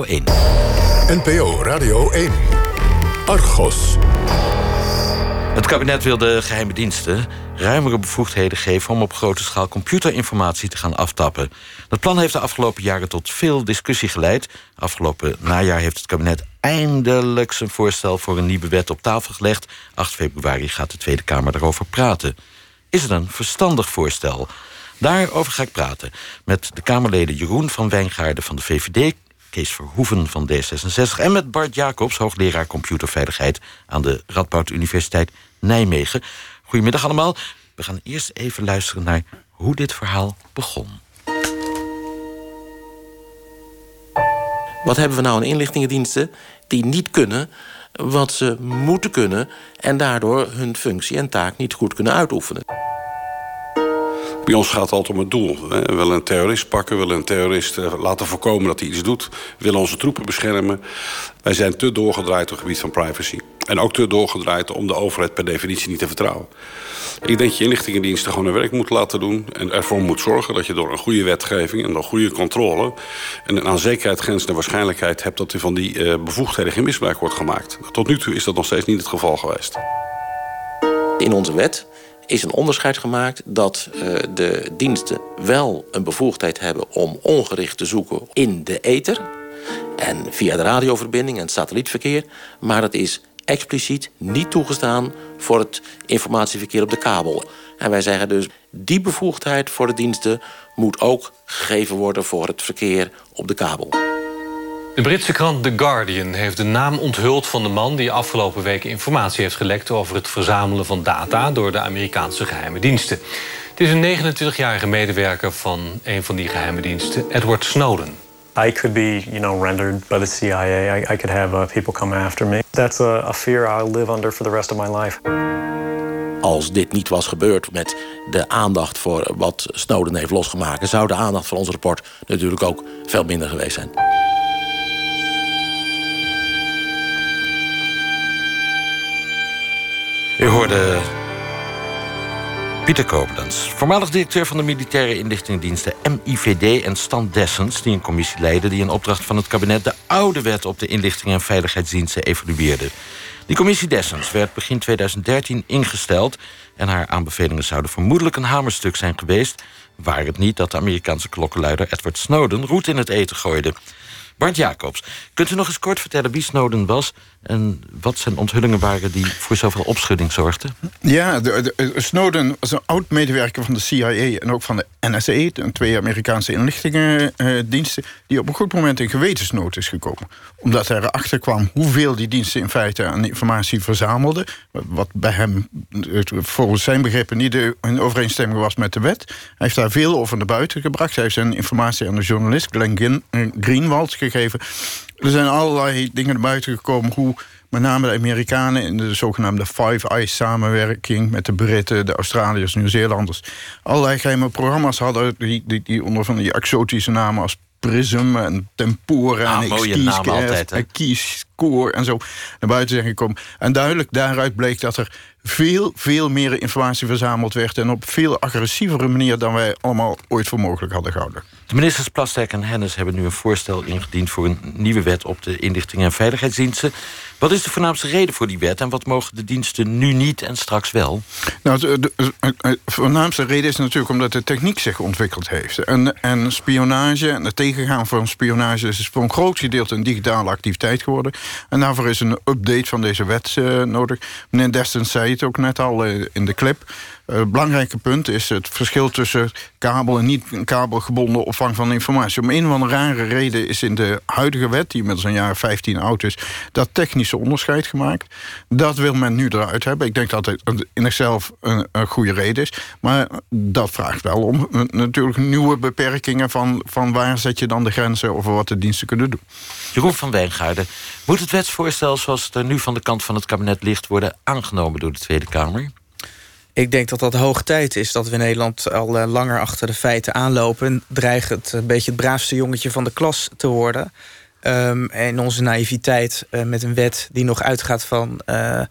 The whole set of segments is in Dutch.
1. NPO Radio 1. Argos. Het kabinet wil de geheime diensten ruimere bevoegdheden geven om op grote schaal computerinformatie te gaan aftappen. Dat plan heeft de afgelopen jaren tot veel discussie geleid. Afgelopen najaar heeft het kabinet eindelijk zijn voorstel voor een nieuwe wet op tafel gelegd. 8 februari gaat de Tweede Kamer daarover praten. Is het een verstandig voorstel? Daarover ga ik praten met de Kamerleden Jeroen van Wijngaarden van de VVD... Kees Verhoeven van D66... en met Bart Jacobs, hoogleraar computerveiligheid aan de Radboud Universiteit Nijmegen. Goedemiddag allemaal. We gaan eerst even luisteren naar hoe dit verhaal begon. Wat hebben we nou aan inlichtingendiensten die niet kunnen wat ze moeten kunnen en daardoor hun functie en taak niet goed kunnen uitoefenen? Bij ons gaat het altijd om het doel. We willen een terrorist pakken, we willen een terrorist laten voorkomen dat hij iets doet. We willen onze troepen beschermen. Wij zijn te doorgedraaid op het gebied van privacy. En ook te doorgedraaid om de overheid per definitie niet te vertrouwen. Ik denk dat je inlichtingendiensten gewoon hun werk moet laten doen en ervoor moet zorgen dat je door een goede wetgeving en door goede controle en een aan zekerheid grenzende waarschijnlijkheid hebt dat er van die bevoegdheden geen misbruik wordt gemaakt. Tot nu toe is dat nog steeds niet het geval geweest. In onze wet is een onderscheid gemaakt dat de diensten wel een bevoegdheid hebben om ongericht te zoeken in de ether en via de radioverbinding en het satellietverkeer, maar dat is expliciet niet toegestaan voor het informatieverkeer op de kabel. En wij zeggen dus, die bevoegdheid voor de diensten moet ook gegeven worden voor het verkeer op de kabel. De Britse krant The Guardian heeft de naam onthuld van de man die afgelopen weken informatie heeft gelekt over het verzamelen van data door de Amerikaanse geheime diensten. Het is een 29-jarige medewerker van een van die geheime diensten, Edward Snowden. I could be, rendered by the CIA. I could have people come after me. That's a fear I'll live under for the rest of my life. Als dit niet was gebeurd met de aandacht voor wat Snowden heeft losgemaakt, zou de aandacht van ons rapport natuurlijk ook veel minder geweest zijn. U hoorde Pieter Koblenz, voormalig directeur van de militaire inlichtingendiensten MIVD en Stan Dessens, die een commissie leidde die in opdracht van het kabinet de oude wet op de inlichting- en veiligheidsdiensten evalueerde. Die commissie Dessens werd begin 2013 ingesteld en haar aanbevelingen zouden vermoedelijk een hamerstuk zijn geweest, waar het niet dat de Amerikaanse klokkenluider Edward Snowden roet in het eten gooide. Bart Jacobs, kunt u nog eens kort vertellen wie Snowden was en wat zijn onthullingen waren die voor zoveel opschudding zorgden? Ja, Snowden was een oud-medewerker van de CIA en ook van de NSA, de 2 Amerikaanse inlichtingendiensten, die op een goed moment in gewetensnood is gekomen. Omdat hij erachter kwam hoeveel die diensten in feite aan informatie verzamelden, wat bij hem volgens zijn begrippen niet in overeenstemming was met de wet. Hij heeft daar veel over naar buiten gebracht. Hij heeft zijn informatie aan de journalist Glenn Greenwald gegeven. Er zijn allerlei dingen naar buiten gekomen hoe met name de Amerikanen in de zogenaamde Five Eyes samenwerking met de Britten, de Australiërs, Nieuw-Zeelanders allerlei geheime programma's hadden die onder van die exotische namen als Prism en Tempora en Keyscore en zo naar buiten zijn gekomen. En duidelijk daaruit bleek dat er veel meer informatie verzameld werd en op veel agressievere manier dan wij allemaal ooit voor mogelijk hadden gehouden. De ministers Plasterk en Hennis hebben nu een voorstel ingediend voor een nieuwe wet op de inlichting- en veiligheidsdiensten. Wat is de voornaamste reden voor die wet en wat mogen de diensten nu niet en straks wel? Nou, de voornaamste reden is natuurlijk omdat de techniek zich ontwikkeld heeft. En spionage en het tegengaan van spionage is voor een groot gedeelte een digitale activiteit geworden. En daarvoor is een update van deze wet nodig. Meneer Destens zei het ook net al in de clip. Het belangrijke punt is het verschil tussen kabel en niet kabelgebonden opvang van informatie. Om een of andere rare reden is in de huidige wet, die inmiddels een jaar 15 oud is, dat technische onderscheid gemaakt. Dat wil men nu eruit hebben. Ik denk dat het in zichzelf een goede reden is. Maar dat vraagt wel om natuurlijk nieuwe beperkingen van waar zet je dan de grenzen over wat de diensten kunnen doen. Jeroen van Wijngaarden, moet het wetsvoorstel zoals het er nu van de kant van het kabinet ligt worden aangenomen door de Tweede Kamer? Ik denk dat dat hoog tijd is dat we in Nederland al langer achter de feiten aanlopen. Dreigt het een beetje het braafste jongetje van de klas te worden. En onze naïviteit met een wet die nog uitgaat van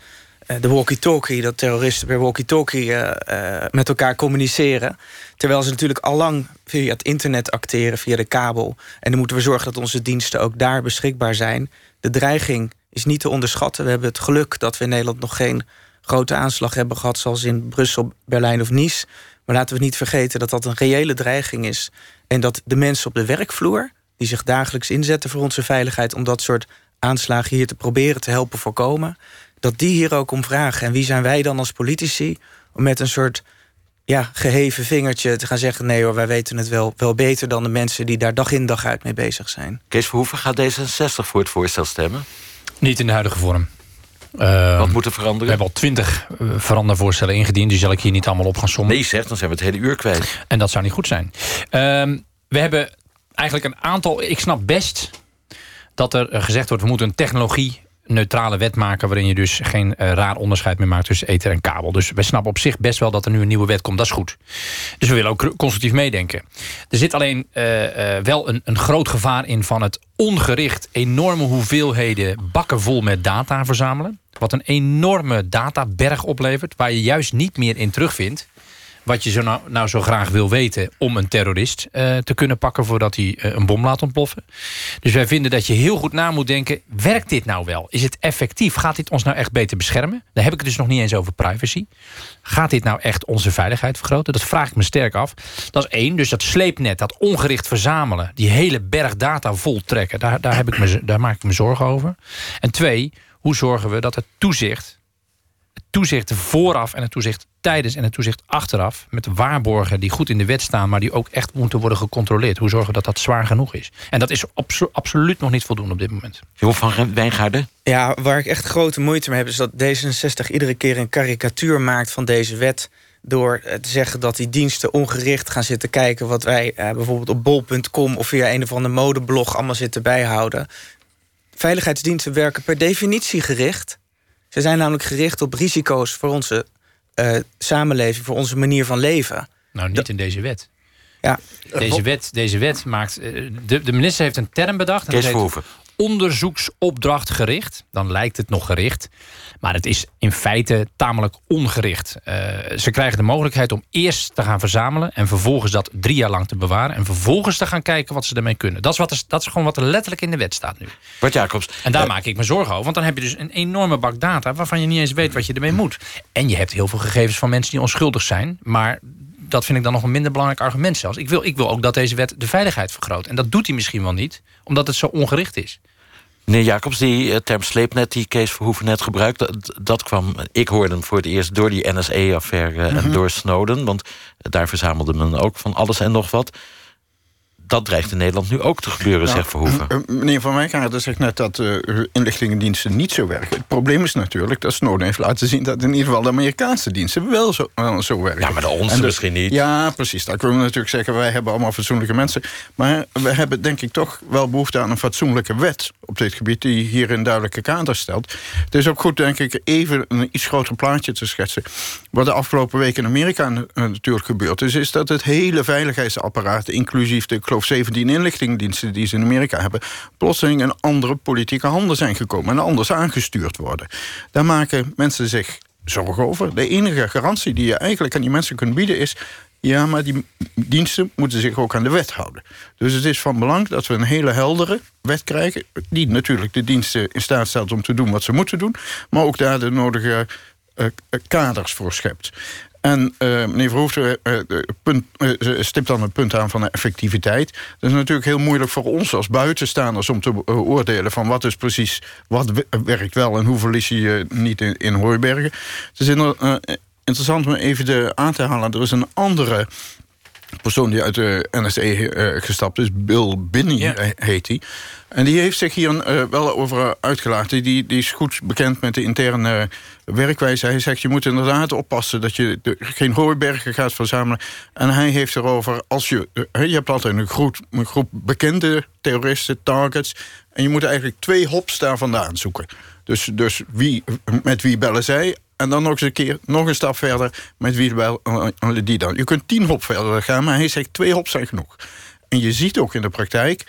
de walkie-talkie, dat terroristen per walkie-talkie met elkaar communiceren. Terwijl ze natuurlijk allang via het internet acteren, via de kabel. En dan moeten we zorgen dat onze diensten ook daar beschikbaar zijn. De dreiging is niet te onderschatten. We hebben het geluk dat we in Nederland nog geen grote aanslag hebben gehad, zoals in Brussel, Berlijn of Nice. Maar laten we niet vergeten dat dat een reële dreiging is. En dat de mensen op de werkvloer, die zich dagelijks inzetten voor onze veiligheid, om dat soort aanslagen hier te proberen te helpen voorkomen, dat die hier ook om vragen. En wie zijn wij dan als politici om met een soort geheven vingertje te gaan zeggen, nee hoor, wij weten het wel beter dan de mensen die daar dag in dag uit mee bezig zijn. Kees Verhoeven, gaat D66 voor het voorstel stemmen? Niet in de huidige vorm. Wat moet er veranderen? We hebben al 20 verandervoorstellen ingediend, die zal ik hier niet allemaal op gaan sommen. Nee zeg, dan zijn we het hele uur kwijt. En dat zou niet goed zijn. We hebben eigenlijk een aantal, ik snap best dat er gezegd wordt, we moeten een technologie-neutrale wet maken, waarin je dus geen raar onderscheid meer maakt tussen ether en kabel. Dus wij snappen op zich best wel dat er nu een nieuwe wet komt. Dat is goed. Dus we willen ook constructief meedenken. Er zit alleen wel een groot gevaar in van het ongericht enorme hoeveelheden bakken vol met data verzamelen. Wat een enorme databerg oplevert, waar je juist niet meer in terugvindt wat je nou zo graag wil weten om een terrorist te kunnen pakken voordat hij een bom laat ontploffen. Dus wij vinden dat je heel goed na moet denken, werkt dit nou wel? Is het effectief? Gaat dit ons nou echt beter beschermen? Daar heb ik het dus nog niet eens over privacy. Gaat dit nou echt onze veiligheid vergroten? Dat vraag ik me sterk af. Dat is 1, dus dat sleepnet, dat ongericht verzamelen, die hele berg data vol trekken, daar maak ik me zorgen over. En 2, hoe zorgen we dat het toezicht vooraf en het toezicht tijdens en het toezicht achteraf, met waarborgen die goed in de wet staan, maar die ook echt moeten worden gecontroleerd. Hoe zorgen we dat dat zwaar genoeg is? En dat is absoluut nog niet voldoende op dit moment. Jeroen van Wijngaarden? Ja, waar ik echt grote moeite mee heb, is dat D66 iedere keer een karikatuur maakt van deze wet door te zeggen dat die diensten ongericht gaan zitten kijken wat wij bijvoorbeeld op bol.com of via een of ander modeblog allemaal zitten bijhouden. Veiligheidsdiensten werken per definitie gericht. Ze zijn namelijk gericht op risico's voor onze samenleving, voor onze manier van leven. Nou, niet in deze wet. Ja. Deze wet maakt... De minister heeft een term bedacht. Kees Verhoeven. Onderzoeksopdracht gericht. Dan lijkt het nog gericht. Maar het is in feite tamelijk ongericht. Ze krijgen de mogelijkheid om eerst te gaan verzamelen en vervolgens dat 3 jaar lang te bewaren en vervolgens te gaan kijken wat ze ermee kunnen. Dat is gewoon wat er letterlijk in de wet staat nu. Bart Jacobs. En daar maak ik me zorgen over. Want dan heb je dus een enorme bak data waarvan je niet eens weet wat je ermee moet. En je hebt heel veel gegevens van mensen die onschuldig zijn. Maar dat vind ik dan nog een minder belangrijk argument zelfs. Ik wil ook dat deze wet de veiligheid vergroot. En dat doet hij misschien wel niet, omdat het zo ongericht is. Meneer Jacobs, die term sleepnet die Kees Verhoeven net gebruikt, dat kwam, ik hoorde hem voor het eerst door die NSA-affaire en door Snowden, want daar verzamelde men ook van alles en nog wat. Dat dreigt in Nederland nu ook te gebeuren, zegt Verhoeven. Meneer Van Wijngaarden zegt net dat inlichtingendiensten niet zo werken. Het probleem is natuurlijk dat Snowden heeft laten zien dat in ieder geval de Amerikaanse diensten wel zo werken. Ja, maar de onze misschien niet. Ja, precies. Daar kunnen we natuurlijk zeggen, wij hebben allemaal fatsoenlijke mensen. Maar we hebben denk ik toch wel behoefte aan een fatsoenlijke wet op dit gebied die hier een duidelijke kader stelt. Het is ook goed, denk ik, even een iets groter plaatje te schetsen. Wat de afgelopen week in Amerika natuurlijk gebeurd is dat het hele veiligheidsapparaat, inclusief de 17 inlichtingendiensten die ze in Amerika hebben, plotseling in andere politieke handen zijn gekomen en anders aangestuurd worden. Daar maken mensen zich zorgen over. De enige garantie die je eigenlijk aan die mensen kunt bieden is, ja, maar die diensten moeten zich ook aan de wet houden. Dus het is van belang dat we een hele heldere wet krijgen, die natuurlijk de diensten in staat stelt om te doen wat ze moeten doen, maar ook daar de nodige kaders voor schept. En meneer Verhoeven stipt dan een punt aan van de effectiviteit. Dat is natuurlijk heel moeilijk voor ons als buitenstaanders om te oordelen van wat is precies, wat werkt wel en hoe verlies je niet in hooibergen. Het is interessant om even aan te halen. Er is een andere persoon die uit de NSA gestapt is, Bill Binney heet hij. En die heeft zich hier wel over uitgelaten. Die is goed bekend met de interne werkwijze. Hij zegt, je moet inderdaad oppassen dat je geen hooibergen gaat verzamelen. En hij heeft erover, als je hebt altijd een groep bekende terroristen, targets, en je moet eigenlijk 2 hops daar vandaan zoeken. Dus met wie bellen zij? En dan nog eens een keer, nog een stap verder, met wie bellen die dan? Je kunt 10 hop verder gaan, maar hij zegt 2 hops zijn genoeg. En je ziet ook in de praktijk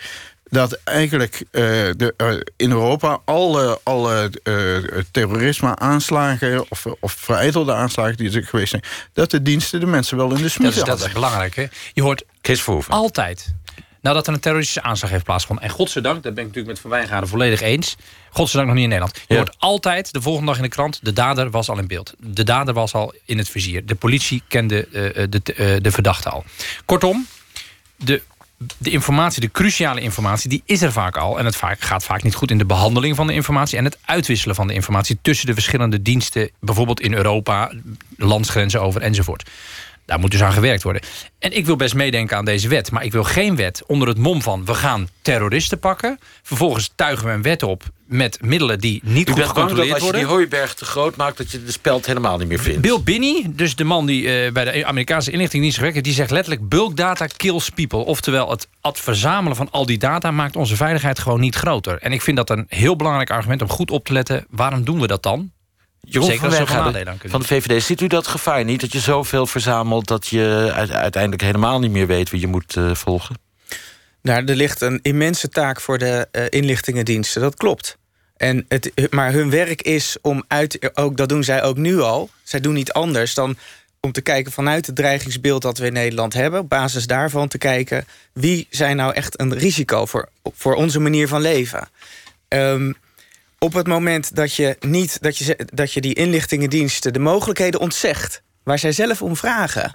dat eigenlijk in Europa alle terrorisme-aanslagen of vereitelde aanslagen die er geweest zijn, dat de diensten de mensen wel in de smiezen hadden. Dat is belangrijk, hè? Je hoort altijd, nadat er een terroristische aanslag heeft plaatsgevonden, en godzijdank, dat ben ik natuurlijk met Van Wijngaarden volledig eens, godzijdank nog niet in Nederland. Je hoort altijd de volgende dag in de krant, de dader was al in beeld. De dader was al in het vizier. De politie kende de verdachte al. Kortom, de informatie, de cruciale informatie, die is er vaak al. En het gaat vaak niet goed in de behandeling van de informatie en het uitwisselen van de informatie tussen de verschillende diensten, bijvoorbeeld in Europa, landsgrenzen over enzovoort. Daar moet dus aan gewerkt worden. En ik wil best meedenken aan deze wet, maar ik wil geen wet onder het mom van we gaan terroristen pakken. Vervolgens tuigen we een wet op met middelen die niet goed gecontroleerd worden. Als je die hooiberg te groot maakt, dat je de speld helemaal niet meer vindt. Bill Binney, dus de man die bij de Amerikaanse inlichtingendienst gewerkt heeft, die zegt letterlijk bulk data kills people. Oftewel, het verzamelen van al die data maakt onze veiligheid gewoon niet groter. En ik vind dat een heel belangrijk argument om goed op te letten. Waarom doen we dat dan? Jeroen van Wijngaarden van de VVD, ziet u dat gevaar niet? Dat je zoveel verzamelt dat je uiteindelijk helemaal niet meer weet wie je moet volgen? Nou, er ligt een immense taak voor de inlichtingendiensten, dat klopt. Maar hun werk is om ook dat doen zij ook nu al. Zij doen niet anders dan om te kijken vanuit het dreigingsbeeld dat we in Nederland hebben, op basis daarvan te kijken wie zijn nou echt een risico voor onze manier van leven. Op het moment dat je die inlichtingendiensten de mogelijkheden ontzegt waar zij zelf om vragen.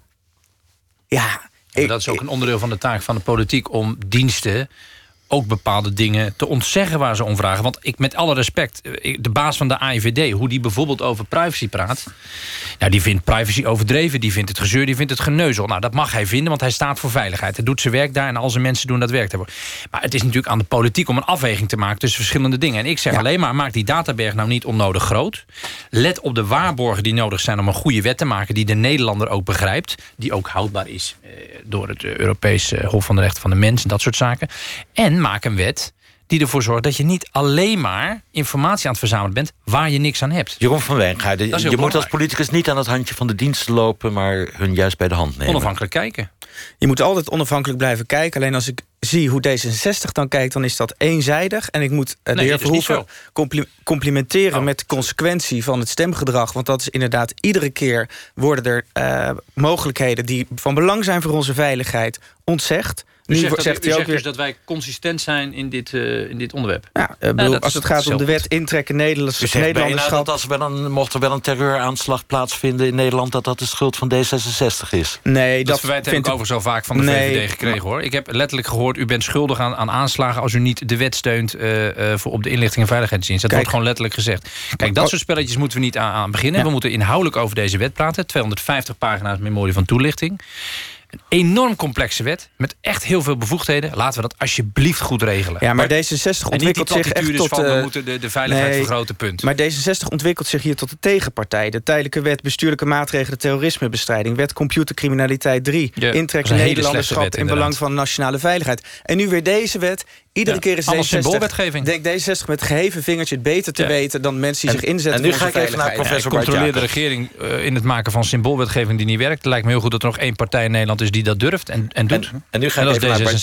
Ja, dat is ook een onderdeel van de taak van de politiek om diensten ook bepaalde dingen te ontzeggen waar ze om vragen. Want met alle respect, de baas van de AIVD, hoe die bijvoorbeeld over privacy praat, nou, die vindt privacy overdreven, die vindt het gezeur, die vindt het geneuzel. Nou, dat mag hij vinden, want hij staat voor veiligheid. Hij doet zijn werk daar en al zijn mensen doen dat werk daarvoor. Maar het is natuurlijk aan de politiek om een afweging te maken tussen verschillende dingen. En ik zeg alleen maar, maak die databerg nou niet onnodig groot. Let op de waarborgen die nodig zijn om een goede wet te maken die de Nederlander ook begrijpt, die ook houdbaar is door het Europese Hof van de Rechten van de Mens en dat soort zaken. En maak een wet die ervoor zorgt dat je niet alleen maar informatie aan het verzamelen bent waar je niks aan hebt. Jeroen van Wijngaarden, je moet als politicus niet aan het handje van de diensten lopen, maar hun juist bij de hand nemen. Onafhankelijk kijken. Je moet altijd onafhankelijk blijven kijken. Alleen als ik zie hoe D66 dan kijkt, dan is dat eenzijdig. En ik moet de heer Verhoeven complimenteren met de consequentie van het stemgedrag. Want dat is inderdaad, iedere keer worden er mogelijkheden die van belang zijn voor onze veiligheid ontzegd. U zegt dus dat wij consistent zijn in dit onderwerp. Ja, als het gaat om de wet intrekken Nederlanderschap. Mocht er wel een terreuraanslag plaatsvinden in Nederland, dat de schuld van D66 is. Nee, dat verwijt heb ik overigens zo vaak van de VVD gekregen, hoor. Ik heb letterlijk gehoord, u bent schuldig aan aanslagen als u niet de wet steunt op de inlichting en veiligheidsdienst. Dat wordt gewoon letterlijk gezegd. Kijk, dat soort spelletjes moeten we niet aan beginnen. Ja. We moeten inhoudelijk over deze wet praten. 250 pagina's memorie van toelichting. Een enorm complexe wet met echt heel veel bevoegdheden. Laten we dat alsjeblieft goed regelen. Ja, maar D66 ontwikkelt zich echt tot we moeten de veiligheid vergroten, punt. Maar D66 ontwikkelt zich hier tot de tegenpartij. De tijdelijke wet bestuurlijke maatregelen terrorismebestrijding, wet computercriminaliteit 3, intrekken Nederlanderschap in belang van nationale veiligheid. En nu weer deze wet. Iedere keer is symboolwetgeving. Denk D66 met geheven vingertje het beter te weten dan mensen die zich inzetten. En nu ga ik even naar professor Bart controleer de regering in het maken van symboolwetgeving die niet werkt. Het lijkt me heel goed dat er nog één partij in Nederland is die dat durft en doet. En nu ga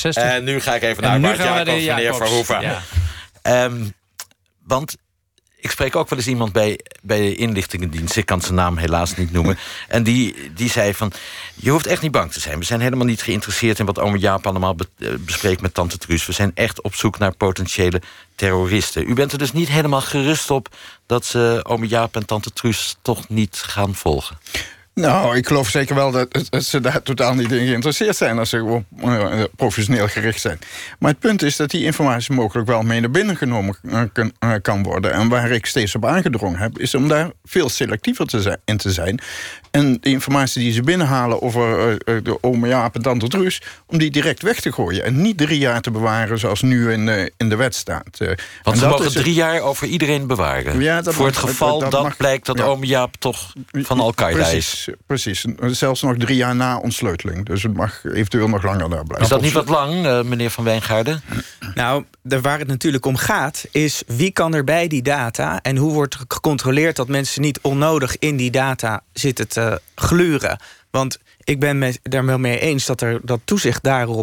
ik even naar Bart Jacobs, meneer Verhoeven. Ja. Want ik spreek ook wel eens iemand bij de inlichtingendienst. Ik kan zijn naam helaas niet noemen. En die zei van, je hoeft echt niet bang te zijn. We zijn helemaal niet geïnteresseerd in wat ome Jaap allemaal bespreekt met tante Truus. We zijn echt op zoek naar potentiële terroristen. U bent er dus niet helemaal gerust op dat ze ome Jaap en tante Truus toch niet gaan volgen? Nou, ik geloof zeker wel dat ze daar totaal niet in geïnteresseerd zijn als ze gewoon professioneel gericht zijn. Maar het punt is dat die informatie mogelijk wel mee naar binnen genomen kan worden. En waar ik steeds op aangedrongen heb, is om daar veel selectiever in te zijn. En de informatie die ze binnenhalen over de ome Jaap en tante Truus, om die direct weg te gooien. En niet 3 jaar te bewaren zoals nu in de wet staat. Want ze mogen 3 jaar over iedereen bewaren. Ja, voor het geval dat blijkt dat ome Jaap toch van Al-Qaeda is. Precies, zelfs nog 3 jaar na ontsleuteling. Dus het mag eventueel nog langer daar blijven. Is dat niet wat lang, meneer Van Wijngaarden? Nou, waar het natuurlijk om gaat, is wie kan er bij die data en hoe wordt gecontroleerd dat mensen niet onnodig in die data zitten te gluren. Want ik ben daar wel mee eens dat toezicht daarop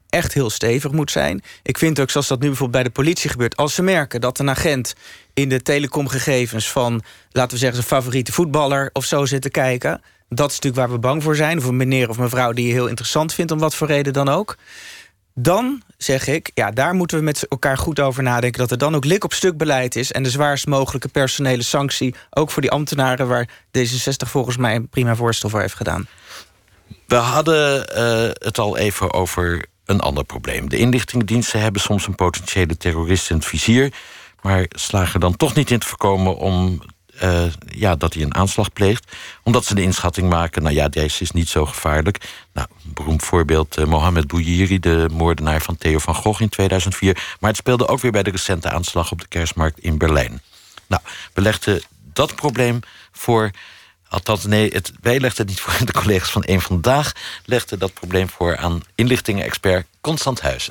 echt heel stevig moet zijn. Ik vind ook, zoals dat nu bijvoorbeeld bij de politie gebeurt, als ze merken dat een agent in de telecomgegevens van, laten we zeggen, zijn favoriete voetballer of zo zit te kijken, dat is natuurlijk waar we bang voor zijn. Of een meneer of mevrouw die je heel interessant vindt, om wat voor reden dan ook. Dan zeg ik, ja, daar moeten we met elkaar goed over nadenken, dat er dan ook lik op stuk beleid is en de zwaarst mogelijke personele sanctie, ook voor die ambtenaren, waar D66 volgens mij een prima voorstel voor heeft gedaan. We hadden het al even over een ander probleem. De inlichtingendiensten hebben soms een potentiële terrorist in het vizier, maar slagen dan toch niet in te voorkomen om dat hij een aanslag pleegt, omdat ze de inschatting maken, nou ja, deze is niet zo gevaarlijk. Nou, een beroemd voorbeeld, Mohamed Bouyeri, de moordenaar van Theo van Gogh in 2004. Maar het speelde ook weer bij de recente aanslag op de Kerstmarkt in Berlijn. Nou, we legden dat probleem voor, althans nee, wij legden het niet voor, de collega's van Eén Vandaag legden dat probleem voor aan inlichtingen-expert Constant Huizen.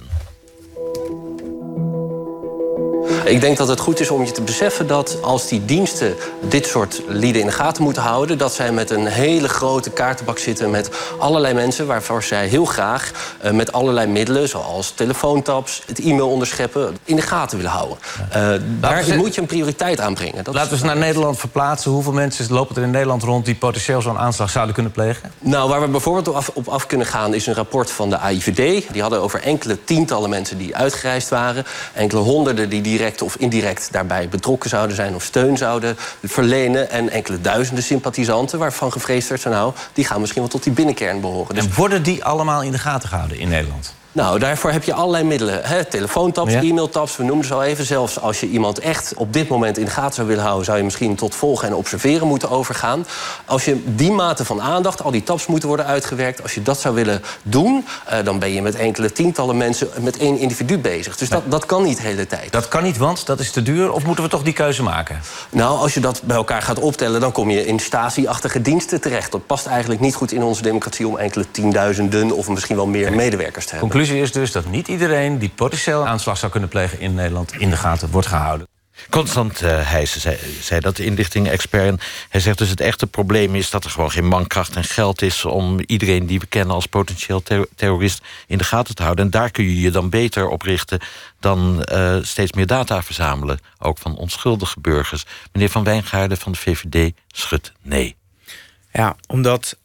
Ik denk dat het goed is om je te beseffen dat als die diensten dit soort lieden in de gaten moeten houden, dat zij met een hele grote kaartenbak zitten met allerlei mensen waarvoor zij heel graag met allerlei middelen, zoals telefoontaps, het e-mail onderscheppen, in de gaten willen houden. Daar moet je een prioriteit aan brengen. Laten we eens naar Nederland verplaatsen. Hoeveel mensen lopen er in Nederland rond die potentieel zo'n aanslag zouden kunnen plegen? Nou, waar we bijvoorbeeld op af kunnen gaan is een rapport van de AIVD. Die hadden over enkele tientallen mensen die uitgereisd waren, enkele honderden die direct of indirect daarbij betrokken zouden zijn of steun zouden verlenen en enkele duizenden sympathisanten waarvan gevreesd werd, nou, die gaan misschien wel tot die binnenkern behoren. En worden die allemaal in de gaten gehouden in Nederland? Nou, daarvoor heb je allerlei middelen. Telefoontaps, e-mailtaps, we noemden ze al even. Zelfs als je iemand echt op dit moment in de gaten zou willen houden, zou je misschien tot volgen en observeren moeten overgaan. Als je die mate van aandacht, al die taps moeten worden uitgewerkt, als je dat zou willen doen, dan ben je met enkele tientallen mensen met één individu bezig. Dus dat kan niet de hele tijd. Dat kan niet, want dat is te duur? Of moeten we toch die keuze maken? Nou, als je dat bij elkaar gaat optellen, dan kom je in Stasi-achtige diensten terecht. Dat past eigenlijk niet goed in onze democratie om enkele tienduizenden of misschien wel meer medewerkers te hebben. Conclusie is dus dat niet iedereen die potentieel aanslag zou kunnen plegen in Nederland in de gaten wordt gehouden. Constant Heijsen zei dat, de inlichting-expert. Hij zegt dus het echte probleem is dat er gewoon geen mankracht en geld is om iedereen die we kennen als potentieel terrorist in de gaten te houden. En daar kun je je dan beter op richten dan steeds meer data verzamelen, ook van onschuldige burgers. Meneer Van Wijngaarden van de VVD schudt nee. Ja, omdat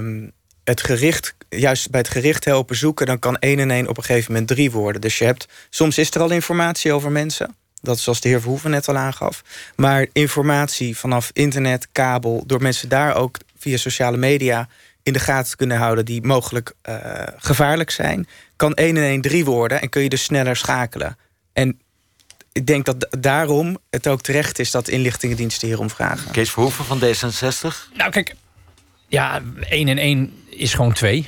het gericht, juist bij het gericht helpen zoeken, dan kan 1 en 1 op een gegeven moment 3 worden. Dus je hebt, soms is er al informatie over mensen. Dat is zoals de heer Verhoeven net al aangaf. Maar informatie vanaf internet, kabel, door mensen daar ook via sociale media in de gaten kunnen houden die mogelijk gevaarlijk zijn, kan 1 en 1 3 worden en kun je dus sneller schakelen. En ik denk dat daarom het ook terecht is dat inlichtingendiensten hierom vragen. Kees Verhoeven van D66? Nou kijk, ja, 1 en 1 is gewoon 2.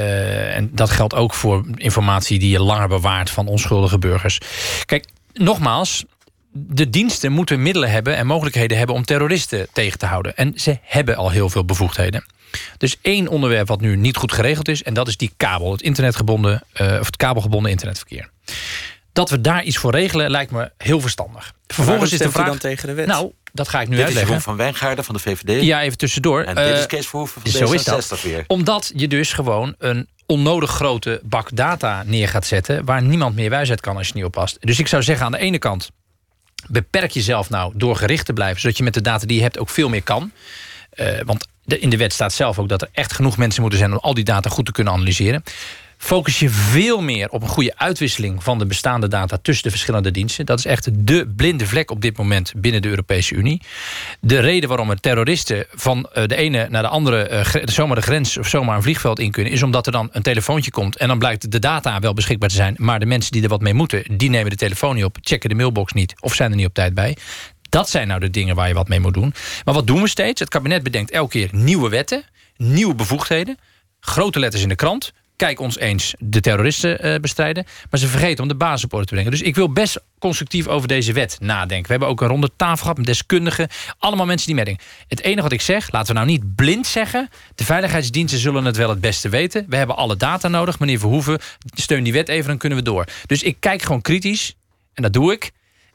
En dat geldt ook voor informatie die je langer bewaart van onschuldige burgers. Kijk, nogmaals, de diensten moeten middelen hebben en mogelijkheden hebben om terroristen tegen te houden. En ze hebben al heel veel bevoegdheden. Dus 1 onderwerp wat nu niet goed geregeld is, en dat is die kabel, het internetgebonden of het kabelgebonden internetverkeer. Dat we daar iets voor regelen lijkt me heel verstandig. Vervolgens is de vraag dan tegen de wet. Nou, dat ga ik nu dit uitleggen. Dit is Jeroen van Wijngaarden van de VVD. Ja, even tussendoor. En dit is Kees Verhoeven van D66 weer. Omdat je dus gewoon een onnodig grote bak data neer gaat zetten waar niemand meer wijs uit kan als je niet oppast. Dus ik zou zeggen, aan de ene kant beperk jezelf nou door gericht te blijven, zodat je met de data die je hebt ook veel meer kan. Want in de wet staat zelf ook dat er echt genoeg mensen moeten zijn om al die data goed te kunnen analyseren. Focus je veel meer op een goede uitwisseling van de bestaande data tussen de verschillende diensten. Dat is echt de blinde vlek op dit moment binnen de Europese Unie. De reden waarom er terroristen van de ene naar de andere zomaar de grens of zomaar een vliegveld in kunnen, is omdat er dan een telefoontje komt en dan blijkt de data wel beschikbaar te zijn, maar de mensen die er wat mee moeten, die nemen de telefoon niet op, checken de mailbox niet of zijn er niet op tijd bij. Dat zijn nou de dingen waar je wat mee moet doen. Maar wat doen we steeds? Het kabinet bedenkt elke keer nieuwe wetten, nieuwe bevoegdheden, grote letters in de krant. Kijk ons eens de terroristen bestrijden. Maar ze vergeten om de basis op orde te brengen. Dus ik wil best constructief over deze wet nadenken. We hebben ook een ronde tafel gehad met deskundigen. Allemaal mensen die meedenken. Het enige wat ik zeg, laten we nou niet blind zeggen, de veiligheidsdiensten zullen het wel het beste weten. We hebben alle data nodig. Meneer Verhoeven, steun die wet even, dan kunnen we door. Dus ik kijk gewoon kritisch. En dat doe ik.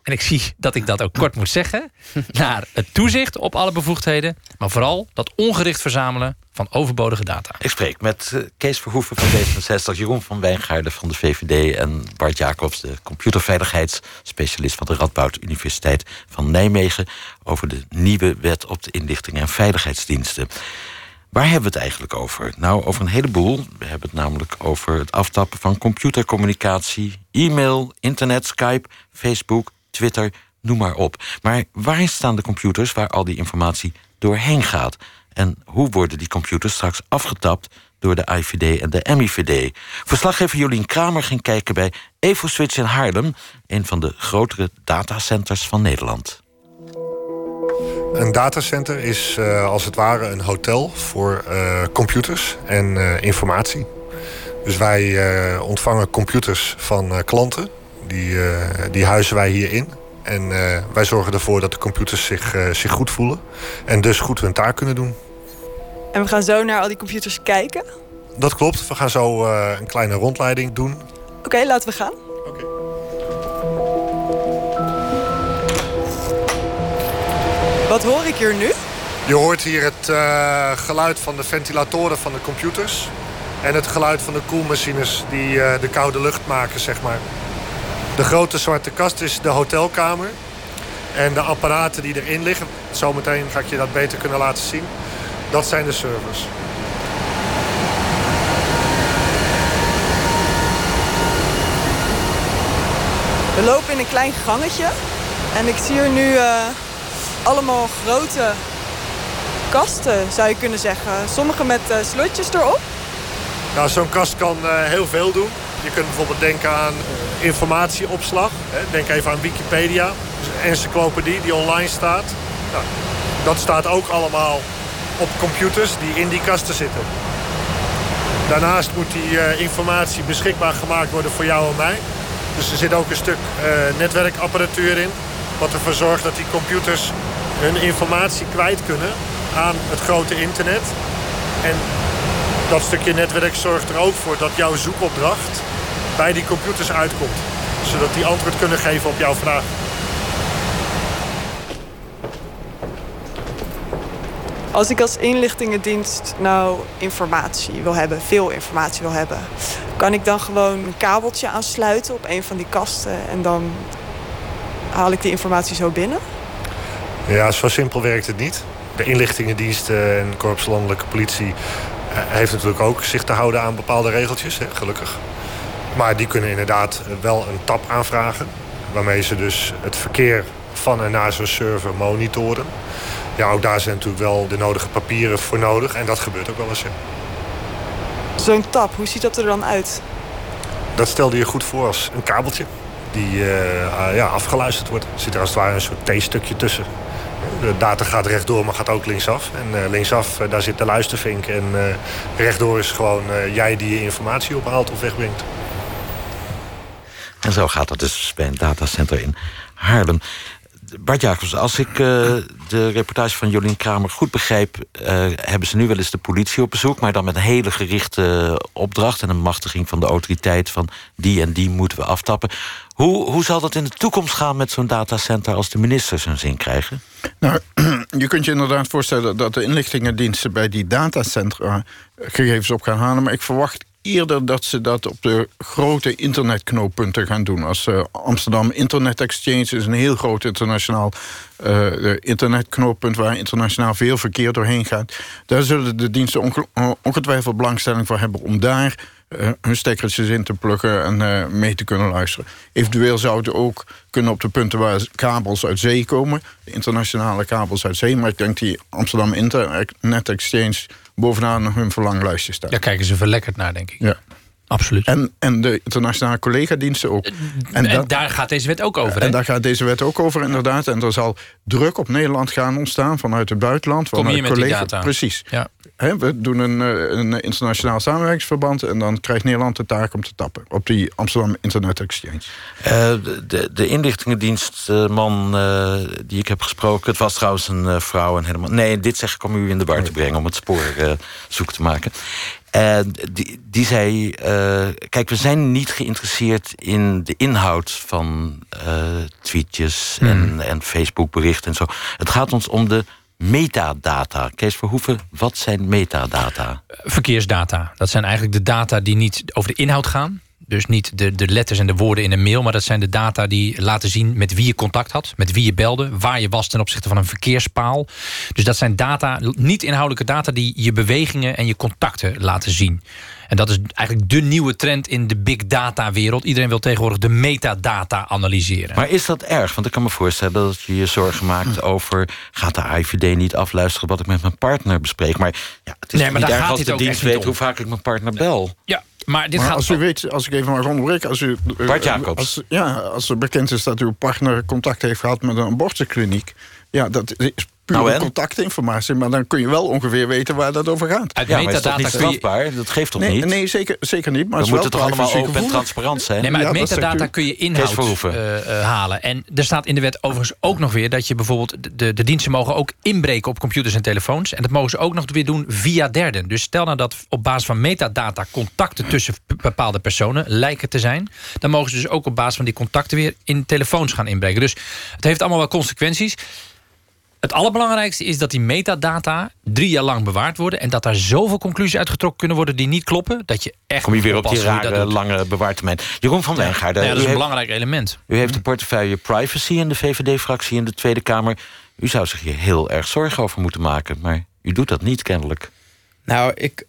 en ik zie dat ik dat ook kort moet zeggen, naar het toezicht op alle bevoegdheden, maar vooral dat ongericht verzamelen van overbodige data. Ik spreek met Kees Verhoeven van D66, Jeroen van Wijngaarden van de VVD en Bart Jacobs, de computerveiligheidsspecialist van de Radboud Universiteit van Nijmegen, over de nieuwe wet op de inlichting en veiligheidsdiensten. Waar hebben we het eigenlijk over? Nou, over een heleboel. We hebben het namelijk over het aftappen van computercommunicatie, e-mail, internet, Skype, Facebook, Twitter, noem maar op. Maar waar staan de computers waar al die informatie doorheen gaat? En hoe worden die computers straks afgetapt door de IVD en de MIVD? Verslaggever Jolien Kramer ging kijken bij EvoSwitch in Haarlem, een van de grotere datacenters van Nederland. Een datacenter is als het ware een hotel voor computers en informatie. Dus wij ontvangen computers van klanten. Die huizen wij hierin. En wij zorgen ervoor dat de computers zich goed voelen. En dus goed hun taak kunnen doen. En we gaan zo naar al die computers kijken? Dat klopt. We gaan zo een kleine rondleiding doen. Oké, laten we gaan. Wat hoor ik hier nu? Je hoort hier het geluid van de ventilatoren van de computers. En het geluid van de koelmachines die de koude lucht maken, zeg maar. De grote zwarte kast is de hotelkamer. En de apparaten die erin liggen, zometeen ga ik je dat beter kunnen laten zien. Dat zijn de servers. We lopen in een klein gangetje. En ik zie hier nu allemaal grote kasten, zou je kunnen zeggen. Sommige met slotjes erop. Nou, zo'n kast kan heel veel doen. Je kunt bijvoorbeeld denken aan informatieopslag. Denk even aan Wikipedia, dus een encyclopedie die online staat. Nou, dat staat ook allemaal op computers die in die kasten zitten. Daarnaast moet die informatie beschikbaar gemaakt worden voor jou en mij. Dus er zit ook een stuk netwerkapparatuur in, wat ervoor zorgt dat die computers hun informatie kwijt kunnen aan het grote internet. En dat stukje netwerk zorgt er ook voor dat jouw zoekopdracht bij die computers uitkomt. Zodat die antwoord kunnen geven op jouw vraag. Als ik als inlichtingendienst nou informatie wil hebben, veel informatie wil hebben, kan ik dan gewoon een kabeltje aansluiten op een van die kasten en dan haal ik die informatie zo binnen? Ja, zo simpel werkt het niet. De inlichtingendiensten en Korps Landelijke Politie heeft natuurlijk ook zich te houden aan bepaalde regeltjes, gelukkig. Maar die kunnen inderdaad wel een tab aanvragen, waarmee ze dus het verkeer van en naar zo'n server monitoren. Ja, ook daar zijn natuurlijk wel de nodige papieren voor nodig. En dat gebeurt ook wel eens. Zo'n tab, hoe ziet dat er dan uit? Dat stelde je goed voor als een kabeltje die afgeluisterd wordt. Er zit er als het ware een soort T-stukje tussen. De data gaat rechtdoor, maar gaat ook linksaf. En linksaf, daar zit de luistervink. En rechtdoor is gewoon jij die je informatie ophaalt of wegbrengt. En zo gaat dat dus bij een datacenter in Haarlem. Bart Jacobs, als ik de reportage van Jolien Kramer goed begrijp, hebben ze nu wel eens de politie op bezoek, maar dan met een hele gerichte opdracht en een machtiging van de autoriteit van die en die moeten we aftappen. Hoe zal dat in de toekomst gaan met zo'n datacenter als de ministers hun zin krijgen? Nou, je kunt je inderdaad voorstellen dat de inlichtingendiensten bij die datacentra gegevens op gaan halen, maar ik verwacht eerder dat ze dat op de grote internetknooppunten gaan doen. Als Amsterdam Internet Exchange is een heel groot internationaal internetknooppunt waar internationaal veel verkeer doorheen gaat. Daar zullen de diensten ongetwijfeld belangstelling voor hebben om daar hun stekkertjes in te pluggen en mee te kunnen luisteren. Eventueel zou het ook kunnen op de punten waar kabels uit zee komen, de internationale kabels uit zee, maar ik denk die Amsterdam Internet Exchange bovenaan hun verlanglijstje staat. Daar kijken ze verlekkerd naar, denk ik. Ja. Absoluut. En de internationale collega-diensten ook. En daar gaat deze wet ook over, hè? En daar gaat deze wet ook over, inderdaad. En er zal druk op Nederland gaan ontstaan vanuit het buitenland. Kom je met die data. Precies. Ja. We doen een internationaal samenwerkingsverband en dan krijgt Nederland de taak om te tappen op die Amsterdam Internet Exchange. De inlichtingendienstman die ik heb gesproken, het was trouwens een vrouw en helemaal. Nee, dit zeg ik om u in de war te brengen, om het spoor zoek te maken. En die zei... kijk, we zijn niet geïnteresseerd in de inhoud van tweetjes en Facebookberichten en zo. Het gaat ons om de metadata. Kees Verhoeven, wat zijn metadata? Verkeersdata. Dat zijn eigenlijk de data die niet over de inhoud gaan. Dus niet de letters en de woorden in een mail... maar dat zijn de data die laten zien met wie je contact had... met wie je belde, waar je was ten opzichte van een verkeerspaal. Dus dat zijn data, niet inhoudelijke data... die je bewegingen en je contacten laten zien. En dat is eigenlijk de nieuwe trend in de big data wereld. Iedereen wil tegenwoordig de metadata analyseren. Maar is dat erg? Want ik kan me voorstellen dat je je zorgen maakt over... gaat de AIVD niet afluisteren wat ik met mijn partner bespreek? Maar ja, het is niet erg als de dienst weet hoe vaak ik mijn partner bel. Ja. Maar dit gaat als u weet, als ik even mag onderbreken... Bart Jacobs. Als er bekend is dat uw partner contact heeft gehad met een abortuskliniek... ja, dat is pure contactinformatie... maar dan kun je wel ongeveer weten waar dat over gaat. Maar is dat niet strafbaar? Dat geeft toch niet? Nee, zeker niet. Maar we moeten toch allemaal open en transparant zijn? Nee, maar uit metadata kun je inhoud halen. En er staat in de wet overigens ook nog weer... dat je bijvoorbeeld de diensten mogen ook inbreken op computers en telefoons. En dat mogen ze ook nog weer doen via derden. Dus stel nou dat op basis van metadata... contacten tussen bepaalde personen lijken te zijn... dan mogen ze dus ook op basis van die contacten... weer in telefoons gaan inbreken. Dus het heeft allemaal wel consequenties... Het allerbelangrijkste is dat die metadata 3 jaar lang bewaard worden... en dat daar zoveel conclusies uitgetrokken kunnen worden die niet kloppen... dat je echt... Kom je weer op die rare, lange bewaartermijn. Jeroen van Wijngaarden... Ja, dat is een belangrijk element. U heeft de portefeuille privacy in de VVD-fractie in de Tweede Kamer. U zou zich hier heel erg zorgen over moeten maken... maar u doet dat niet, kennelijk. Nou, ik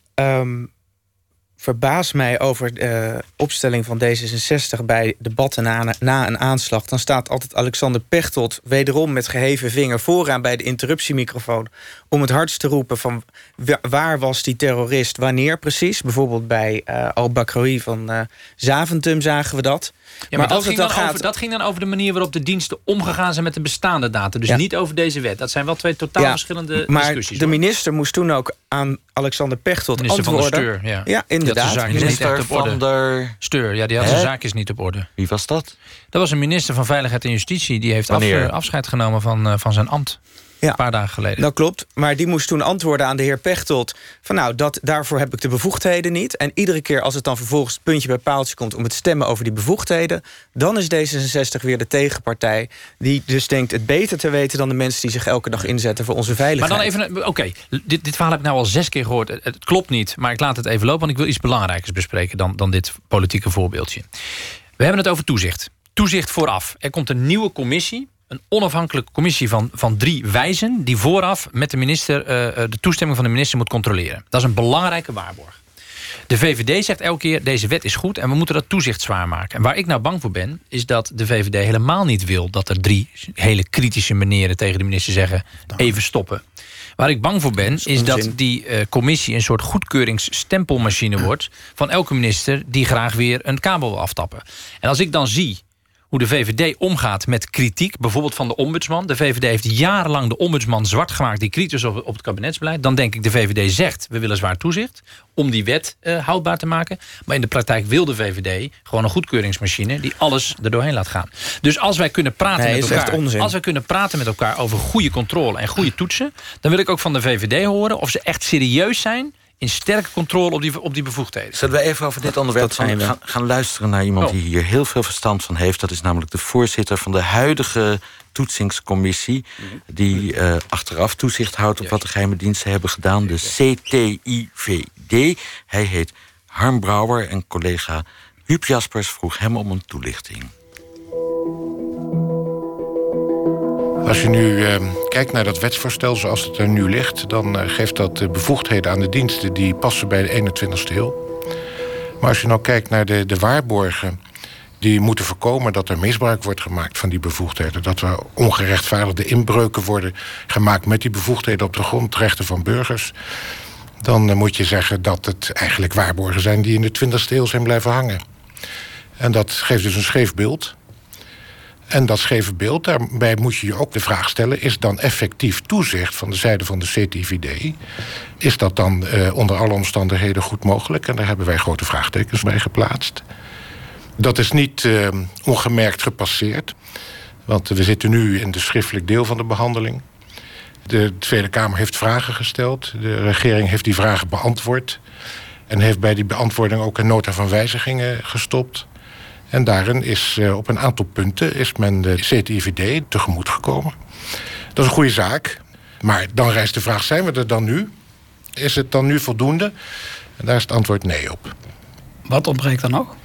verbaas mij over de opstelling van D66... bij debatten na een aanslag. Dan staat altijd Alexander Pechtold wederom met geheven vinger... vooraan bij de interruptiemicrofoon... om het hardst te roepen van waar was die terrorist, wanneer precies. Bijvoorbeeld bij Al-Bakraoui van Zaventem zagen we dat. Ja, maar dat ging dan over de manier waarop de diensten omgegaan zijn... met de bestaande data, dus niet over deze wet. Dat zijn wel 2 totaal verschillende discussies. Maar de minister moest toen ook aan Alexander Pechtold minister antwoorden. Van de Steur, ja, inderdaad. Minister van de Steur, ja, die had zijn zaakjes niet op orde. Wie was dat? Dat was een minister van Veiligheid en Justitie. Die heeft afscheid genomen van zijn ambt. Ja, een paar dagen geleden. Dat klopt, maar die moest toen antwoorden aan de heer Pechtold... van nou, daarvoor heb ik de bevoegdheden niet. En iedere keer als het dan vervolgens puntje bij paaltje komt... om het stemmen over die bevoegdheden... dan is D66 weer de tegenpartij... die dus denkt het beter te weten dan de mensen... die zich elke dag inzetten voor onze veiligheid. Maar dan even, oké, dit verhaal heb ik nou al 6 keer gehoord. Het klopt niet, maar ik laat het even lopen... want ik wil iets belangrijkers bespreken dan dit politieke voorbeeldje. We hebben het over toezicht. Toezicht vooraf. Er komt een nieuwe commissie... een onafhankelijke commissie van 3 wijzen... die vooraf met de minister de toestemming van de minister moet controleren. Dat is een belangrijke waarborg. De VVD zegt elke keer, deze wet is goed... en we moeten dat toezicht zwaar maken. En waar ik nou bang voor ben, is dat de VVD helemaal niet wil... dat er 3 hele kritische meneren tegen de minister zeggen... even stoppen. Waar ik bang voor ben, is dat die commissie... een soort goedkeuringsstempelmachine wordt... van elke minister die graag weer een kabel wil aftappen. En als ik dan zie... hoe de VVD omgaat met kritiek, bijvoorbeeld van de ombudsman. De VVD heeft jarenlang de ombudsman zwart gemaakt... die kritisch op het kabinetsbeleid. Dan denk ik, de VVD zegt, we willen zwaar toezicht... om die wet houdbaar te maken. Maar in de praktijk wil de VVD gewoon een goedkeuringsmachine... die alles er doorheen laat gaan. Dus als wij kunnen praten met elkaar... over goede controle en goede toetsen... dan wil ik ook van de VVD horen of ze echt serieus zijn... in sterke controle op die bevoegdheden. Zullen we even over dit onderwerp gaan luisteren naar iemand... die hier heel veel verstand van heeft. Dat is namelijk de voorzitter van de huidige toetsingscommissie... die achteraf toezicht houdt op wat de geheime diensten hebben gedaan. De CTIVD. Hij heet Harm Brouwer en collega Huub Jaspers vroeg hem om een toelichting. Als je nu kijkt naar dat wetsvoorstel zoals het er nu ligt... dan geeft dat bevoegdheden aan de diensten die passen bij de 21ste eeuw. Maar als je nou kijkt naar de waarborgen... die moeten voorkomen dat er misbruik wordt gemaakt van die bevoegdheden... dat er ongerechtvaardigde inbreuken worden gemaakt... met die bevoegdheden op de grondrechten van burgers... dan moet je zeggen dat het eigenlijk waarborgen zijn... die in de 20ste eeuw zijn blijven hangen. En dat geeft dus een scheef beeld... En dat scheve beeld, daarbij moet je je ook de vraag stellen... is dan effectief toezicht van de zijde van de CTIVD... is dat dan onder alle omstandigheden goed mogelijk? En daar hebben wij grote vraagtekens bij geplaatst. Dat is niet ongemerkt gepasseerd. Want we zitten nu in de schriftelijk deel van de behandeling. De Tweede Kamer heeft vragen gesteld. De regering heeft die vragen beantwoord. En heeft bij die beantwoording ook een nota van wijzigingen gestopt. En daarin is op een aantal punten is men de CTIVD tegemoet gekomen. Dat is een goede zaak. Maar dan rijst de vraag, zijn we er dan nu? Is het dan nu voldoende? En daar is het antwoord nee op. Wat ontbreekt dan nog?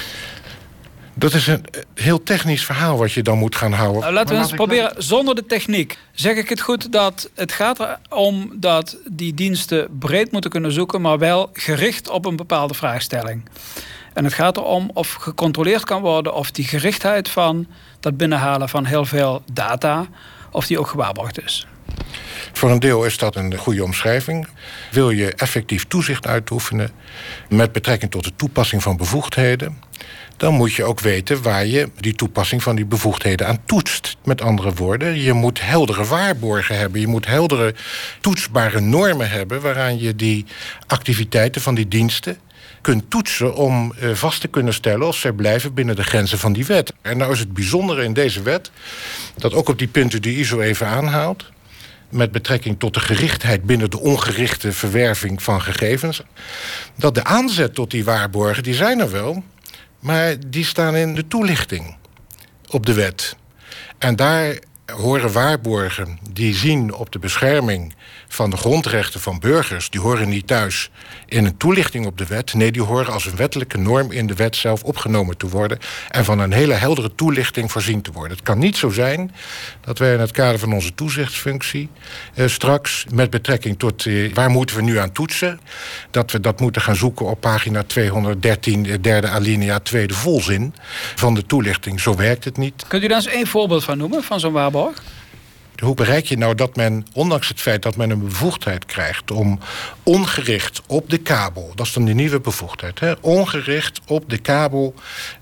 Dat is een heel technisch verhaal wat je dan moet gaan houden. Nou, laten we eens proberen zonder de techniek. Zeg ik het goed dat het gaat erom dat die diensten breed moeten kunnen zoeken, maar wel gericht op een bepaalde vraagstelling. En het gaat erom of gecontroleerd kan worden of die gerichtheid van dat binnenhalen van heel veel data, of die ook gewaarborgd is. Voor een deel is dat een goede omschrijving. Wil je effectief toezicht uitoefenen met betrekking tot de toepassing van bevoegdheden, dan moet je ook weten waar je die toepassing van die bevoegdheden aan toetst. Met andere woorden, je moet heldere waarborgen hebben. Je moet heldere toetsbare normen hebben waaraan je die activiteiten van die diensten kunt toetsen om vast te kunnen stellen of zij blijven binnen de grenzen van die wet. En nou is het bijzondere in deze wet dat ook op die punten die ISO even aanhaalt, met betrekking tot de gerichtheid binnen de ongerichte verwerving van gegevens, dat de aanzet tot die waarborgen, die zijn er wel, maar die staan in de toelichting op de wet. En daar horen waarborgen die zien op de bescherming van de grondrechten van burgers, die horen niet thuis in een toelichting op de wet. Nee, die horen als een wettelijke norm in de wet zelf opgenomen te worden en van een hele heldere toelichting voorzien te worden. Het kan niet zo zijn dat wij in het kader van onze toezichtsfunctie straks met betrekking tot waar moeten we nu aan toetsen, dat we dat moeten gaan zoeken op pagina 213, derde alinea, tweede volzin van de toelichting. Zo werkt het niet. Kunt u daar eens één voorbeeld van noemen, van zo'n waarborg? Hoe bereik je nou dat men, ondanks het feit dat men een bevoegdheid krijgt om ongericht op de kabel, dat is dan de nieuwe bevoegdheid, ongericht op de kabel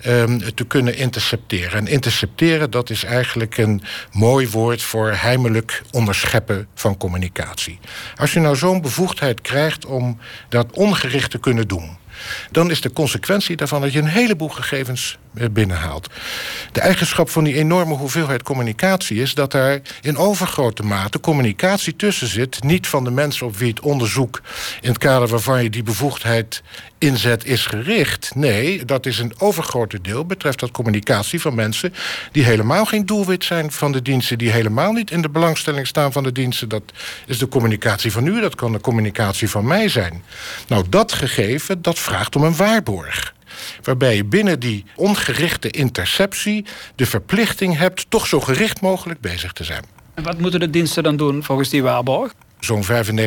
te kunnen intercepteren. En intercepteren, dat is eigenlijk een mooi woord voor heimelijk onderscheppen van communicatie. Als je nou zo'n bevoegdheid krijgt om dat ongericht te kunnen doen, dan is de consequentie daarvan dat je een heleboel gegevens binnenhaalt. De eigenschap van die enorme hoeveelheid communicatie is dat er in overgrote mate communicatie tussen zit, niet van de mensen op wie het onderzoek in het kader waarvan je die bevoegdheid inzet is gericht. Nee, dat is een overgrote deel, betreft dat communicatie van mensen die helemaal geen doelwit zijn van de diensten, die helemaal niet in de belangstelling staan van de diensten. Dat is de communicatie van u, dat kan de communicatie van mij zijn. Nou, dat gegeven, dat vraagt om een waarborg, waarbij je binnen die ongerichte interceptie de verplichting hebt toch zo gericht mogelijk bezig te zijn. En wat moeten de diensten dan doen volgens die waarborg? Zo'n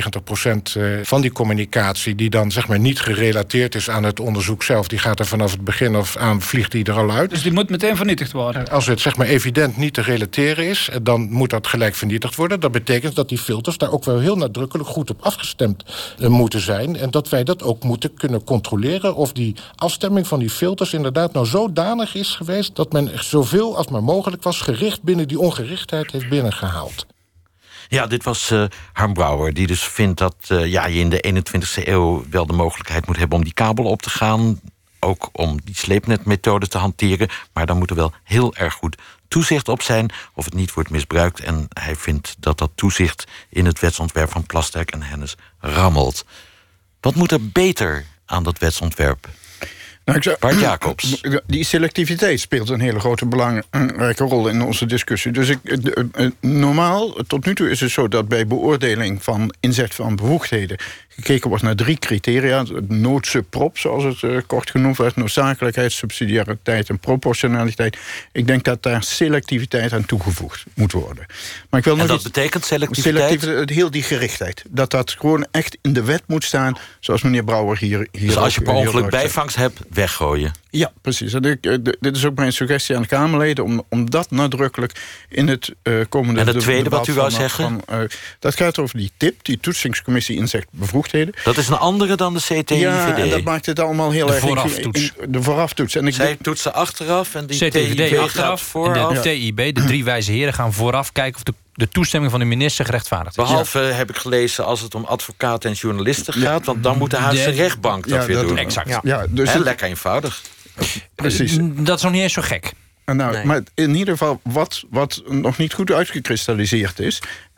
95% van die communicatie die dan zeg maar niet gerelateerd is aan het onderzoek zelf, die gaat er vanaf het begin af aan, vliegt die er al uit. Dus die moet meteen vernietigd worden? Als het zeg maar evident niet te relateren is, dan moet dat gelijk vernietigd worden. Dat betekent dat die filters daar ook wel heel nadrukkelijk goed op afgestemd moeten zijn. En dat wij dat ook moeten kunnen controleren of die afstemming van die filters inderdaad nou zodanig is geweest dat men zoveel als maar mogelijk was gericht binnen die ongerichtheid heeft binnengehaald. Ja, dit was Harm Brouwer, die dus vindt dat je in de 21e eeuw wel de mogelijkheid moet hebben om die kabel op te gaan. Ook om die sleepnetmethode te hanteren. Maar dan moet er wel heel erg goed toezicht op zijn of het niet wordt misbruikt. En hij vindt dat dat toezicht in het wetsontwerp van Plasterk en Hennis rammelt. Wat moet er beter aan dat wetsontwerp? Nou, Bart Jacobs. Die selectiviteit speelt een hele grote belangrijke rol in onze discussie. Dus normaal, tot nu toe is het zo dat bij beoordeling van inzet van bevoegdheden gekeken wordt naar 3 criteria. Nood sub prop, zoals het kort genoemd werd. Noodzakelijkheid, subsidiariteit en proportionaliteit. Ik denk dat daar selectiviteit aan toegevoegd moet worden. Maar ik wil en dat betekent selectiviteit? Heel die gerichtheid. Dat gewoon echt in de wet moet staan, zoals meneer Brouwer hier dus als je per ongeluk bijvangst hebt, weggooien? Ja, precies. En dit is ook mijn suggestie aan de Kamerleden om dat nadrukkelijk in het komende... En het tweede wat u wou zeggen? Dat gaat over die TIP, die toetsingscommissie inzet bevoegdheden. Dat is een andere dan de CTIVD? Ja, en dat maakt het allemaal heel erg... De vooraftoets. Zij toetsen achteraf en die CTIVD achteraf vooraf. En de TIB, de 3 wijze heren, gaan vooraf kijken of de toestemming van de minister gerechtvaardigd is. Behalve, heb ik gelezen, als het om advocaten en journalisten gaat, want dan moet de Haagse rechtbank dat weer doen. Exact. Ja, dus lekker eenvoudig. Precies. Dat is nog niet eens zo gek. Nou, nee. Maar in ieder geval, wat nog niet goed uitgekristalliseerd is,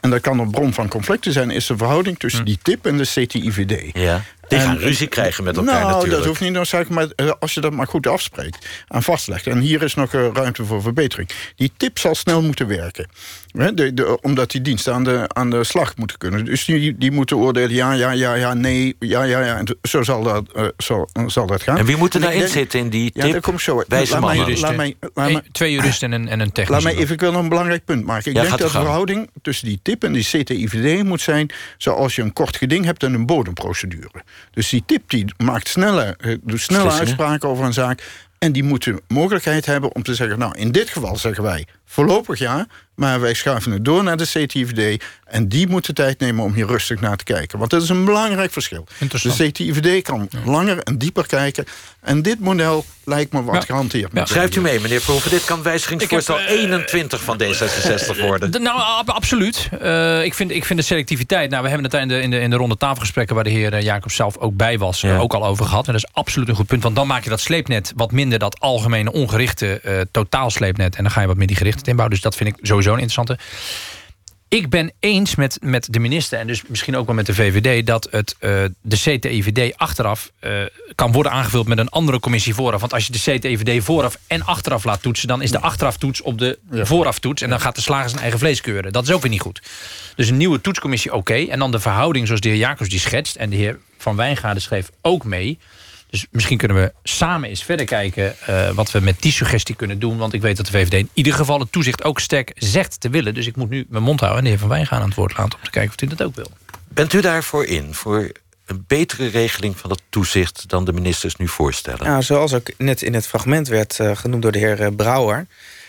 en dat kan een bron van conflicten zijn, is de verhouding tussen die tip en de CTIVD. Ja. Die gaan ruzie krijgen met elkaar natuurlijk. Dat hoeft niet noodzakelijk, maar als je dat maar goed afspreekt en vastlegt. En hier is nog ruimte voor verbetering. Die tip zal snel moeten werken. Omdat die diensten aan de slag moeten kunnen. Dus die moeten oordelen, ja, nee, ja. En zo zal dat gaan. En wie moet er daarin zitten in die tip? Ja, dat komt zo. Twee juristen en een technische. Ik wil nog een belangrijk punt maken. Ik denk dat de verhouding tussen die tip en die CTIVD moet zijn zoals je een kort geding hebt en een bodemprocedure. Dus die tip die maakt snelle uitspraken over een zaak. En die moeten mogelijkheid hebben om te zeggen, nou, in dit geval zeggen wij voorlopig ja, maar wij schuiven het door naar de CTIVD. En die moeten tijd nemen om hier rustig naar te kijken. Want dat is een belangrijk verschil. De CTIVD kan langer en dieper kijken. En dit model lijkt me wat gehanteerd. Ja. Schrijft u mee, meneer Verhoeven. Dit kan wijzigingsvoorstel 21 van D66 worden. Absoluut. Ik vind de selectiviteit. Nou, we hebben het in de ronde tafelgesprekken waar de heer Jacobs zelf ook bij was, ook al over gehad. En dat is absoluut een goed punt. Want dan maak je dat sleepnet wat minder, dat algemene ongerichte totaal-sleepnet. En dan ga je wat meer die gerichte inbouwen. Dus dat vind ik sowieso een interessante. Ik ben eens met de minister en dus misschien ook wel met de VVD... dat de CTIVD achteraf kan worden aangevuld met een andere commissie vooraf. Want als je de CTIVD vooraf en achteraf laat toetsen, dan is de achteraftoets op de vooraftoets. En dan gaat de slager zijn eigen vlees keuren. Dat is ook weer niet goed. Dus een nieuwe toetscommissie oké. En dan de verhouding zoals de heer Jacobs die schetst. En de heer Van Wijngaarden schreef ook mee. Dus misschien kunnen we samen eens verder kijken wat we met die suggestie kunnen doen. Want ik weet dat de VVD in ieder geval het toezicht ook sterk zegt te willen. Dus ik moet nu mijn mond houden en de heer Van Wijngaarden aan het woord laten om te kijken of hij dat ook wil. Bent u daarvoor in? Voor een betere regeling van het toezicht dan de ministers nu voorstellen? Nou, zoals ook net in het fragment werd genoemd door de heer Brouwer.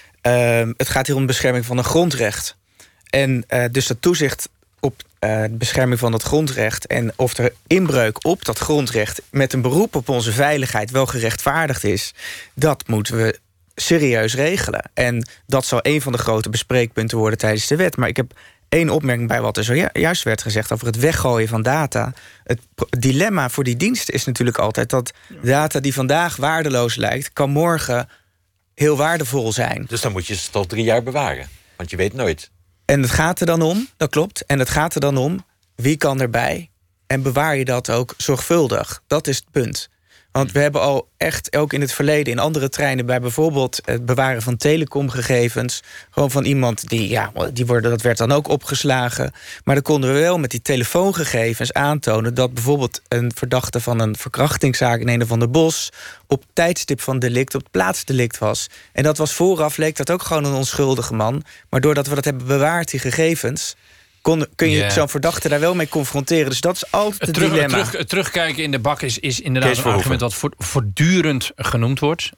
Het gaat hier om de bescherming van een grondrecht. En dus dat toezicht op de bescherming van dat grondrecht en of er inbreuk op dat grondrecht met een beroep op onze veiligheid wel gerechtvaardigd is, dat moeten we serieus regelen. En dat zal een van de grote bespreekpunten worden tijdens de wet. Maar ik heb één opmerking bij wat er zojuist werd gezegd over het weggooien van data. Het dilemma voor die diensten is natuurlijk altijd dat data die vandaag waardeloos lijkt, kan morgen heel waardevol zijn. Dus dan moet je ze tot 3 jaar bewaren. Want je weet nooit. En het gaat er dan om, dat klopt. En het gaat er dan om, wie kan erbij? En bewaar je dat ook zorgvuldig? Dat is het punt. Want we hebben al echt, ook in het verleden, in andere treinen, bij bijvoorbeeld het bewaren van telecomgegevens, gewoon van iemand dat werd dan ook opgeslagen. Maar dan konden we wel met die telefoongegevens aantonen dat bijvoorbeeld een verdachte van een verkrachtingszaak in een of ander bos op tijdstip van delict, op plaatsdelict was. En dat was vooraf, leek dat ook gewoon een onschuldige man. Maar doordat we dat hebben bewaard, die gegevens, kun je zo'n verdachte daar wel mee confronteren. Dus dat is altijd het dilemma. Het terugkijken in de bak is inderdaad een argument dat voortdurend genoemd wordt.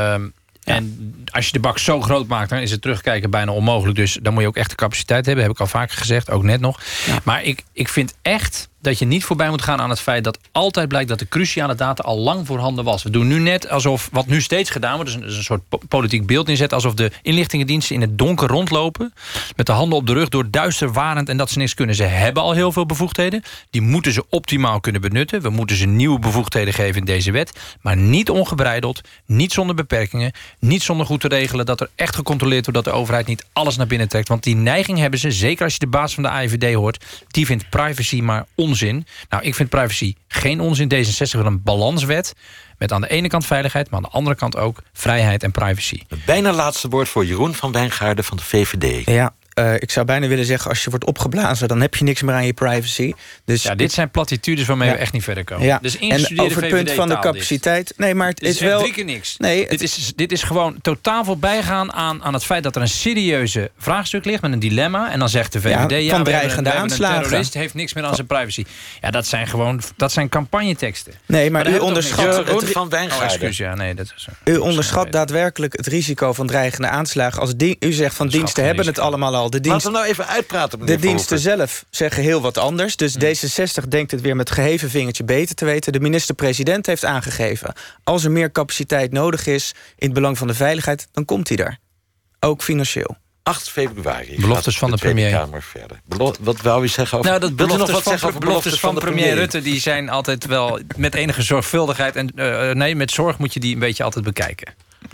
En als je de bak zo groot maakt, dan is het terugkijken bijna onmogelijk. Dus dan moet je ook echt de capaciteit hebben. Heb ik al vaker gezegd, ook net nog. Ja. Maar ik vind echt dat je niet voorbij moet gaan aan het feit dat altijd blijkt dat de cruciale data al lang voorhanden was. We doen nu net alsof, wat nu steeds gedaan wordt, dus een soort politiek beeld inzetten, alsof de inlichtingendiensten in het donker rondlopen, met de handen op de rug, door duister warend en dat ze niks kunnen. Ze hebben al heel veel bevoegdheden. Die moeten ze optimaal kunnen benutten. We moeten ze nieuwe bevoegdheden geven in deze wet. Maar niet ongebreideld, niet zonder beperkingen, niet zonder goed te regelen dat er echt gecontroleerd wordt dat de overheid niet alles naar binnen trekt. Want die neiging hebben ze, zeker als je de baas van de AIVD hoort, die vindt privacy maar onzin. Nou, ik vind privacy geen onzin. D66 wil een balanswet met aan de ene kant veiligheid, maar aan de andere kant ook vrijheid en privacy. Het bijna laatste woord voor Jeroen van Wijngaarden van de VVD. Ja. Ik zou bijna willen zeggen, als je wordt opgeblazen, dan heb je niks meer aan je privacy. Dus dit zijn platitudes waarmee we echt niet verder komen. Ja. Dus en over het punt van de capaciteit. Nee, maar het is wel 3 keer niks. Nee, dit is gewoon totaal voorbijgaan aan het feit dat er een serieuze vraagstuk ligt met een dilemma. En dan zegt de VVD, van dreigende aanslagen. Een terrorist heeft niks meer aan zijn privacy. Ja, dat zijn campagneteksten. Nee, maar u onderschat het van Wijngaarden. U onderschat daadwerkelijk het risico van dreigende aanslagen. Als u zegt van diensten hebben het allemaal al. Laten we nou even uitpraten. De diensten zelf zeggen heel wat anders. Dus D66 denkt het weer met geheven vingertje beter te weten. De minister-president heeft aangegeven, als er meer capaciteit nodig is in het belang van de veiligheid, dan komt hij er. Ook financieel. 8 februari. Beloftes van de premier. Kamer verder. Wat wou u zeggen over... Nou, beloftes van premier Rutte, die zijn altijd wel met enige zorgvuldigheid en met zorg moet je die een beetje altijd bekijken.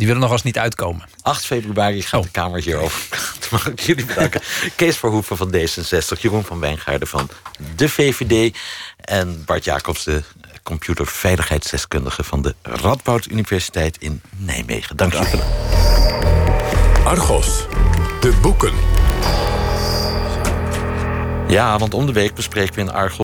Die willen nog eens niet uitkomen. 8 februari gaat de Kamer hierover praten. Mag ik jullie bedanken. Kees Verhoeven van D66, Jeroen van Wijngaarden van de VVD... en Bart Jacobs, de computerveiligheidsdeskundige van de Radboud Universiteit in Nijmegen. Dank jullie wel. Argos, de boeken. Ja, want om de week bespreken we in Argos